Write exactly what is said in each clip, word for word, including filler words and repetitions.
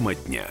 Тема дня.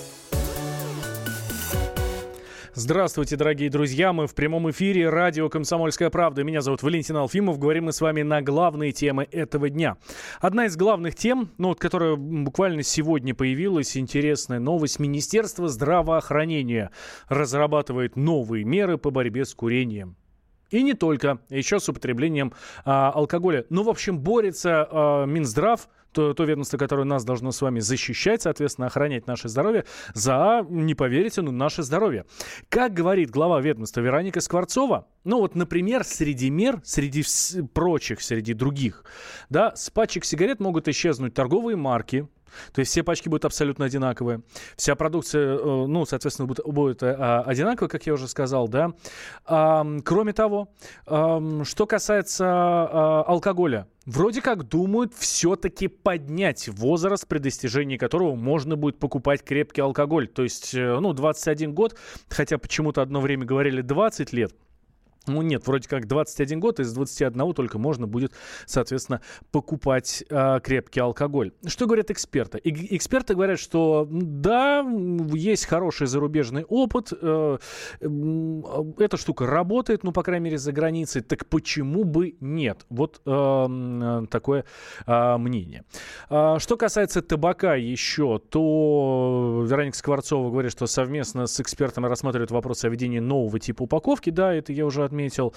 Здравствуйте, дорогие друзья. Мы в прямом эфире радио «Комсомольская правда». Меня зовут Валентин Алфимов. Говорим мы с вами на главные темы этого дня. Одна из главных тем, ну, вот, которая буквально сегодня появилась, интересная новость. Министерство здравоохранения разрабатывает новые меры по борьбе с курением. И не только, еще с употреблением а, алкоголя. Ну, в общем, борется а, Минздрав, то, то ведомство, которое нас должно с вами защищать, соответственно, охранять наше здоровье, за, не поверите, ну, наше здоровье. Как говорит глава ведомства Вероника Скворцова, ну вот, например, среди мер, среди вс- прочих, среди других, да, с пачек сигарет могут исчезнуть торговые марки. То есть все пачки будут абсолютно одинаковые. Вся продукция, ну, соответственно, будет, будет а, одинаковая, как я уже сказал, да. А, кроме того, а, что касается а, алкоголя, вроде как думают все-таки поднять возраст, при достижении которого можно будет покупать крепкий алкоголь. То есть, ну, двадцать один год, хотя почему-то одно время говорили двадцать лет. Ну нет, вроде как двадцать один год, из двадцати одного только можно будет, соответственно, покупать э, крепкий алкоголь. Что говорят эксперты? И, эксперты говорят, что да, есть хороший зарубежный опыт, э, э, эта штука работает, ну, по крайней мере, за границей, так почему бы нет? Вот э, такое э, мнение. А, что касается табака еще, то Вероника Скворцова говорит, что совместно с экспертами рассматривают вопрос о введении нового типа упаковки. Да, это я уже отметил.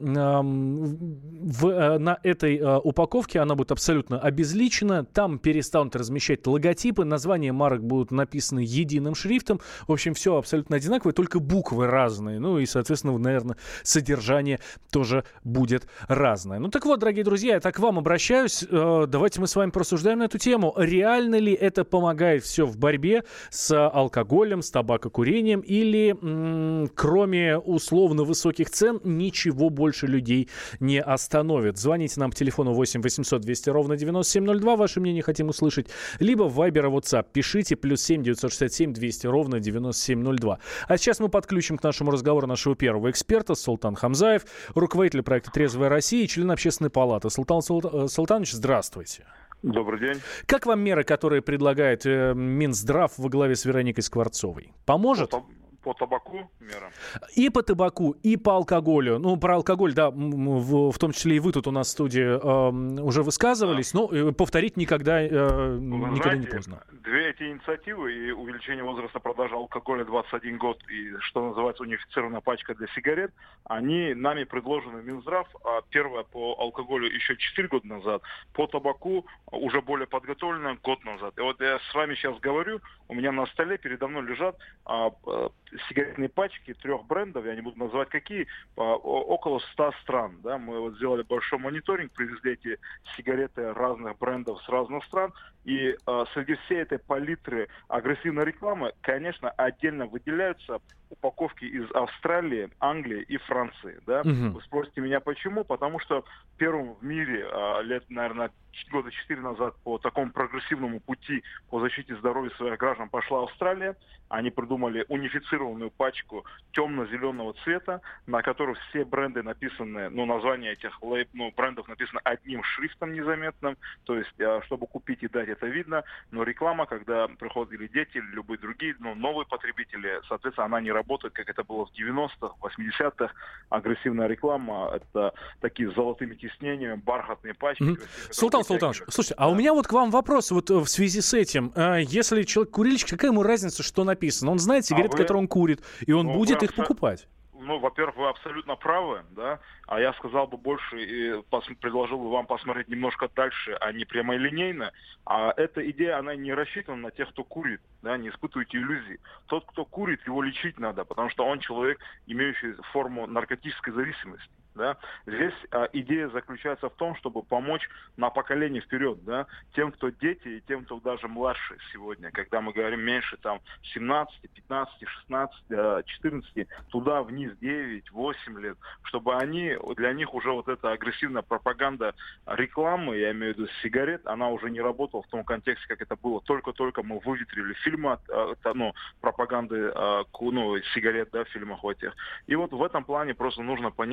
В, на этой упаковке она будет абсолютно обезличена. Там перестанут размещать логотипы. Названия марок будут написаны единым шрифтом. В общем, все абсолютно одинаковое, только буквы разные. Ну и, соответственно, наверное, содержание тоже будет разное. Ну так вот, дорогие друзья, я так к вам обращаюсь. Давайте мы с вами порассуждаем на эту тему. Реально ли это помогает все в борьбе с алкоголем, с табакокурением? Или м- кроме условно высоких цен ничего больше людей не остановит? Звоните нам по телефону восемь восемьсот двести ровно девяносто семь ноль два. Ваше мнение хотим услышать. Либо в Viber и WhatsApp пишите плюс семь девятьсот шестьдесят семь двести ровно девяносто семь ноль два. А сейчас мы подключим к нашему разговору нашего первого эксперта Султан Хамзаев, руководитель проекта «Трезвая Россия» и член Общественной палаты. Султан Султан, Султанович, здравствуйте. Добрый день. Как вам меры, которые предлагает э, Минздрав во главе с Вероникой Скворцовой? Поможет? По, по табаку мера? И по табаку, и по алкоголю. Ну, про алкоголь, да, в, в том числе и вы тут у нас в студии э, уже высказывались, да. Но э, повторить никогда, э, никогда знаете, не поздно. Две эти инициативы, и увеличение возраста продажи алкоголя двадцать один год, и, что называется, унифицированная пачка для сигарет, они нами предложены в Минздрав. А первое по алкоголю еще четыре года назад, по табаку уже более подготовлено год назад. И вот я с вами сейчас говорю, у меня на столе передо мной лежат а, а, сигаретные пачки трех брендов, я не буду называть какие, по, около ста стран. Да? Мы вот сделали большой мониторинг, привезли эти сигареты разных брендов с разных стран, и а, среди всей этой палитры агрессивной рекламы, конечно, отдельно выделяются упаковки из Австралии, Англии и Франции. Да? Угу. Вы спросите меня, почему? Потому что первым в мире а, лет, наверное, года четыре назад по такому прогрессивному пути по защите здоровья своих граждан пошла Австралия. Они придумали унифицированную пачку темно-зеленого цвета, на которой все бренды написаны, ну, название этих лейб, ну, брендов написано одним шрифтом незаметным, то есть, чтобы купить и дать, это видно, но реклама, когда приходят или дети, или любые другие, ну, новые потребители, соответственно, она не работает, как это было в девяностых, восьмидесятых. Агрессивная реклама, это такие с золотыми тиснениями, бархатные пачки. Mm-hmm. Красивые, Султан Султанович, слушайте, да. А у меня вот к вам вопрос вот в связи с этим. Если человек курильщик, какая ему разница, что написано? Он знает сигареты, а вы... которые он курит, и он ну, будет их абсо... покупать. Ну, во-первых, вы абсолютно правы, да, а я сказал бы больше и пос- предложил бы вам посмотреть немножко дальше, а не прямолинейно. А эта идея, она не рассчитана на тех, кто курит, да, не испытывайте иллюзий. Тот, кто курит, его лечить надо, потому что он человек, имеющий форму наркотической зависимости. Да? Здесь а, идея заключается в том, чтобы помочь на поколение вперед, да, тем, кто дети, и тем, кто даже младше сегодня, когда мы говорим меньше там семнадцати, пятнадцати, шестнадцати, четырнадцати, туда вниз девять, восемь лет, чтобы они, для них уже вот эта агрессивная пропаганда рекламы, я имею в виду сигарет, она уже не работала в том контексте, как это было. Только-только мы выветрили фильмы от, от ну, пропаганды ну, сигарет, да, в фильмах в этих. И вот в этом плане просто нужно понимать, что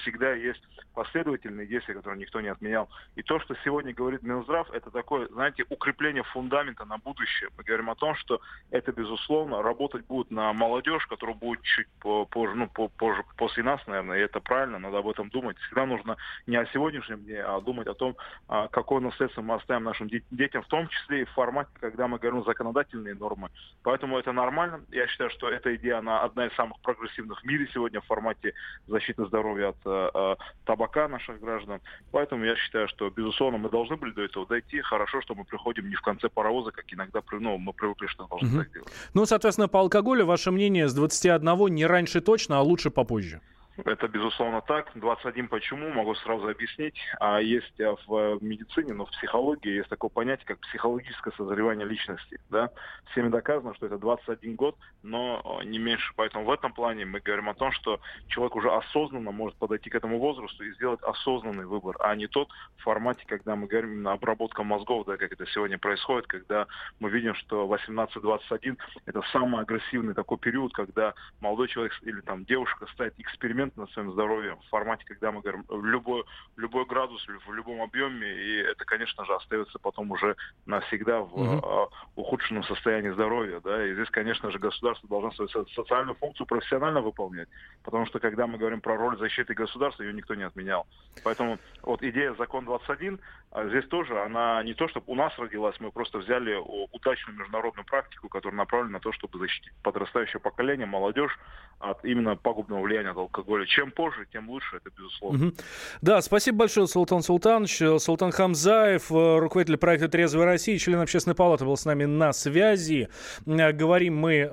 всегда есть последовательные действия, которые никто не отменял. И то, что сегодня говорит Минздрав, это такое, знаете, укрепление фундамента на будущее. Мы говорим о том, что это, безусловно, работать будет на молодежь, которая будет чуть позже, ну, позже, после нас, наверное, и это правильно, надо об этом думать. Всегда нужно не о сегодняшнем дне, а думать о том, какое наследство мы оставим нашим детям, в том числе и в формате, когда мы говорим законодательные нормы. Поэтому это нормально. Я считаю, что эта идея, она одна из самых прогрессивных в мире сегодня в формате защиты здоровья от э, табака наших граждан. Поэтому я считаю, что, безусловно, мы должны были до этого дойти. Хорошо, что мы приходим не в конце паровоза, как иногда ну, мы привыкли, что должны угу. так делать. Ну, соответственно, по алкоголю ваше мнение с двадцати одного не раньше точно, а лучше попозже. Это, безусловно, так. двадцать один почему? Могу сразу объяснить. А есть в медицине, но в психологии есть такое понятие, как психологическое созревание личности. Да? Всеми доказано, что это двадцать один год, но не меньше. Поэтому в этом плане мы говорим о том, что человек уже осознанно может подойти к этому возрасту и сделать осознанный выбор, а не тот в формате, когда мы говорим именно обработка мозгов, да, как это сегодня происходит, когда мы видим, что восемнадцать двадцать один это самый агрессивный такой период, когда молодой человек или там девушка ставит эксперимент на своем здоровье в формате, когда мы говорим в любой, любой градус, в любом объеме, и это, конечно же, остается потом уже навсегда в uh-huh. ухудшенном состоянии здоровья. Да? И здесь, конечно же, государство должно свою социальную функцию профессионально выполнять, потому что, когда мы говорим про роль защиты государства, ее никто не отменял. Поэтому вот идея закон двадцать один, здесь тоже, она не то, чтобы у нас родилась, мы просто взяли удачную международную практику, которая направлена на то, чтобы защитить подрастающее поколение, молодежь от именно пагубного влияния от алкоголя. Чем позже, тем лучше, это безусловно. Угу. Да, спасибо большое, Султан Султанович. Султан Хамзаев, руководитель проекта «Трезвая Россия», член Общественной палаты, был с нами на связи. Говорим мы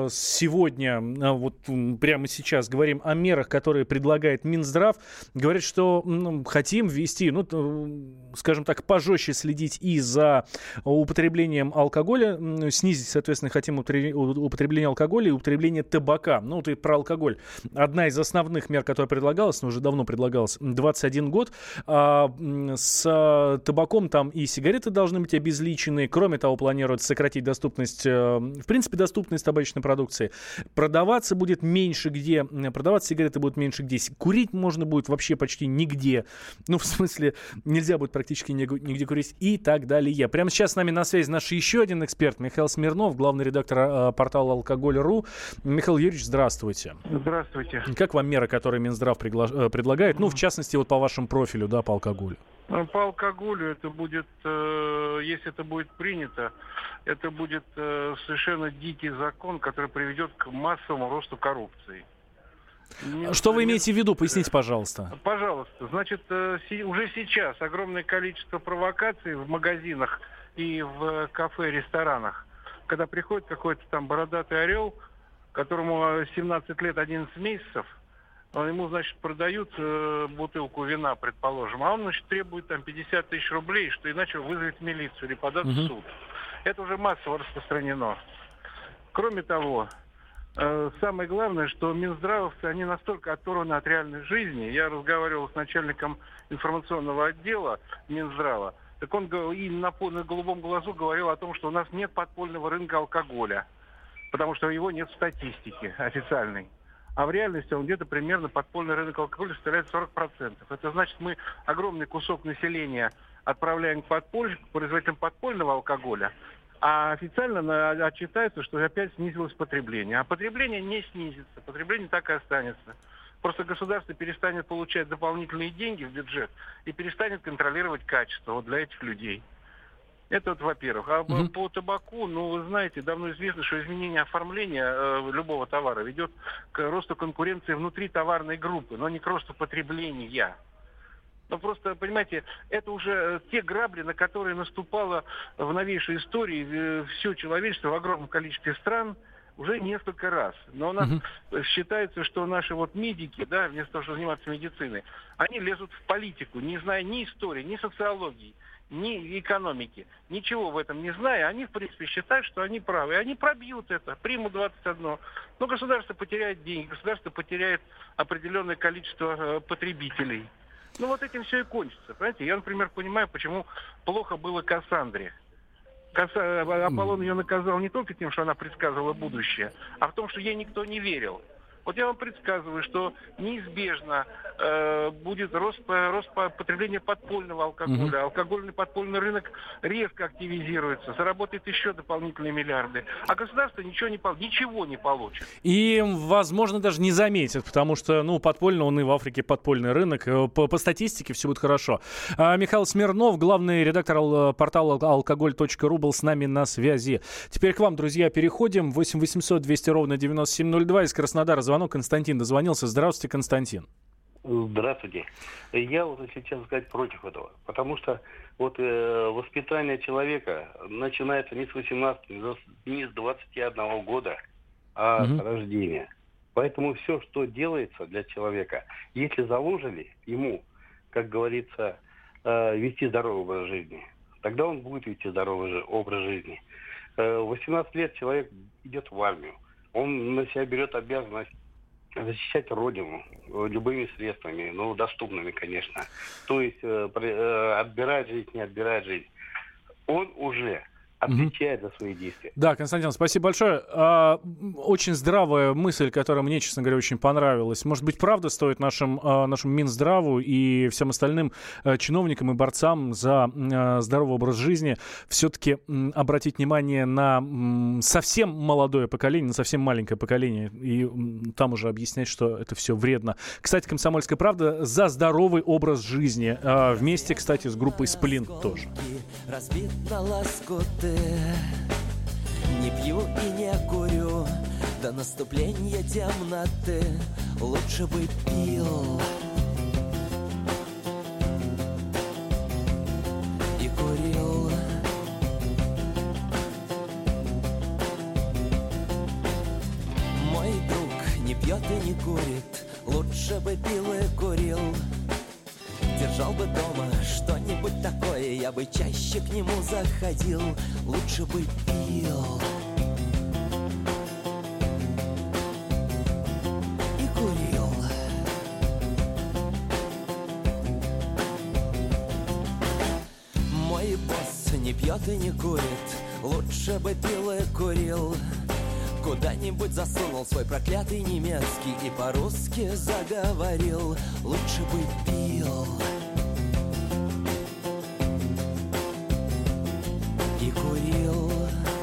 сегодня, вот прямо сейчас, говорим о мерах, которые предлагает Минздрав. Говорит, что ну, хотим ввести, ну, скажем так, пожестче следить и за употреблением алкоголя, снизить, соответственно, хотим употребление алкоголя и употребление табака. Ну, вот и про алкоголь. Одна из основных мер, которая предлагалась, но уже давно предлагалась, двадцать один год. А, с табаком там и сигареты должны быть обезличены. Кроме того, планируют сократить доступность, в принципе, доступность табачной продукции. Продаваться будет меньше где. Продаваться сигареты будут меньше где. Курить можно будет вообще почти нигде. Ну, в смысле, нельзя будет практически нигде курить и так далее. Прямо сейчас с нами на связи наш еще один эксперт, Михаил Смирнов, главный редактор портала алкоголь точка ру. Михаил Юрьевич, здравствуйте. Здравствуйте. Как вам меры, которые Минздрав пригла- предлагает, ну, в частности, вот по вашему профилю, да, по алкоголю? По алкоголю это будет, э, если это будет принято, это будет э, совершенно дикий закон, который приведет к массовому росту коррупции. Минздрав... Что вы имеете в виду? Поясните, пожалуйста. Пожалуйста. Значит, э, си- уже сейчас огромное количество провокаций в магазинах и в кафе, ресторанах, когда приходит какой-то там бородатый орел, которому семнадцать лет одиннадцать месяцев, ему, значит, продают э, бутылку вина, предположим, а он, значит, требует там пятьдесят тысяч рублей, что иначе вызовет милицию или подаст uh-huh. в суд. Это уже массово распространено. Кроме того, э, самое главное, что минздравовцы, они настолько оторваны от реальной жизни. Я разговаривал с начальником информационного отдела Минздрава, так он и на, на голубом глазу говорил о том, что у нас нет подпольного рынка алкоголя, потому что его нет в статистике официальной. А в реальности он где-то примерно подпольный рынок алкоголя составляет сорок процентов. Это значит, мы огромный кусок населения отправляем к, подполь... к производителям подпольного алкоголя, а официально отчитается, что опять снизилось потребление. А потребление не снизится, потребление так и останется. Просто государство перестанет получать дополнительные деньги в бюджет и перестанет контролировать качество вот для этих людей. Это вот, во-первых. А uh-huh. по табаку, ну, вы знаете, давно известно, что изменение оформления э, любого товара ведет к росту конкуренции внутри товарной группы, но не к росту потребления. Ну, просто, понимаете, это уже те грабли, на которые наступало в новейшей истории э, все человечество в огромном количестве стран уже несколько раз. Но у нас uh-huh. считается, что наши вот медики, да, вместо того, чтобы заниматься медициной, они лезут в политику, не зная ни истории, ни социологии, ни экономики, ничего в этом не зная, они, в принципе, считают, что они правы. И они пробьют это, примут двадцать одно. Но государство потеряет деньги, государство потеряет определенное количество э, потребителей. Ну, вот этим все и кончится. Понимаете, я, например, понимаю, почему плохо было Кассандре. Касса... Аполлон ее наказал не только тем, что она предсказывала будущее, а в том, что ей никто не верил. Вот я вам предсказываю, что неизбежно э, будет рост, рост потребления подпольного алкоголя. Mm-hmm. Алкогольный подпольный рынок резко активизируется, заработает еще дополнительные миллиарды. А государство ничего не, ничего не получит. И, возможно, даже не заметит, потому что, ну, подпольно он и в Африке подпольный рынок. По, по статистике все будет хорошо. А, Михаил Смирнов, главный редактор ал- портала алкоголь точка ру, был с нами на связи. Теперь к вам, друзья, переходим. восемь восемьсот двести ровно девяносто семь ноль два из Краснодара. Звонок. Константин дозвонился. Здравствуйте, Константин. Здравствуйте. Я вот, если честно сказать, против этого. Потому что вот э, воспитание человека начинается не с восемнадцати, не с двадцати одного года, а угу. с рождения. Поэтому все, что делается для человека, если заложили ему, как говорится, э, вести здоровый образ жизни, тогда он будет вести здоровый образ жизни. Э, в восемнадцать лет человек идет в армию. Он на себя берет обязанность защищать Родину любыми средствами, ну, доступными, конечно. То есть э, э, отбирать жизнь, не отбирать жизнь. Он уже отвечает за свои действия. Да, Константин, спасибо большое. А, очень здравая мысль, которая мне, честно говоря, очень понравилась. Может быть, правда стоит нашим, а, нашему Минздраву и всем остальным а, чиновникам и борцам за а, здоровый образ жизни все-таки м, обратить внимание на м, совсем молодое поколение, на совсем маленькое поколение, и м, там уже объяснять, что это все вредно. Кстати, «Комсомольская правда» за здоровый образ жизни. А, вместе, кстати, с группой «Сплин» тоже. Разбит на лоскуты. Не пью и не курю до наступления темноты. Лучше бы пил и курил. Мой друг не пьет и не курит. Лучше бы пил и курил. Держал бы дома что-нибудь такое, я бы чаще к нему заходил. Лучше бы пил и курил. Мой босс не пьет и не курит. Лучше бы пил и курил. Куда-нибудь засунул свой проклятый немецкий и по-русски заговорил. Лучше бы пил и курил.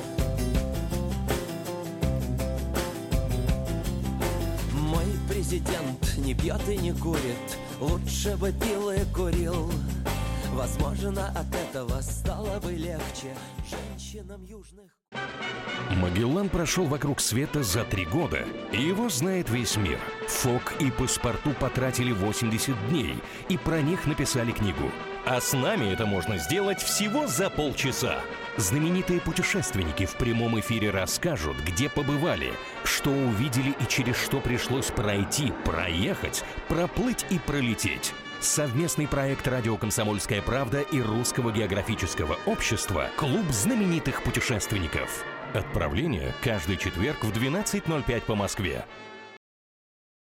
Мой президент не пьет и не курит. Лучше бы пил и курил. Возможно, от этого стало бы легче женщинам южных. Магеллан прошел вокруг света за три года, и его знает весь мир. Фок и Паспарту потратили восемьдесят дней, и про них написали книгу. А с нами это можно сделать всего за полчаса. Знаменитые путешественники в прямом эфире расскажут, где побывали, что увидели и через что пришлось пройти, проехать, проплыть и пролететь. Совместный проект «Радио Комсомольская правда» и Русского географического общества «Клуб знаменитых путешественников». Отправление каждый четверг в двенадцать ноль пять по Москве.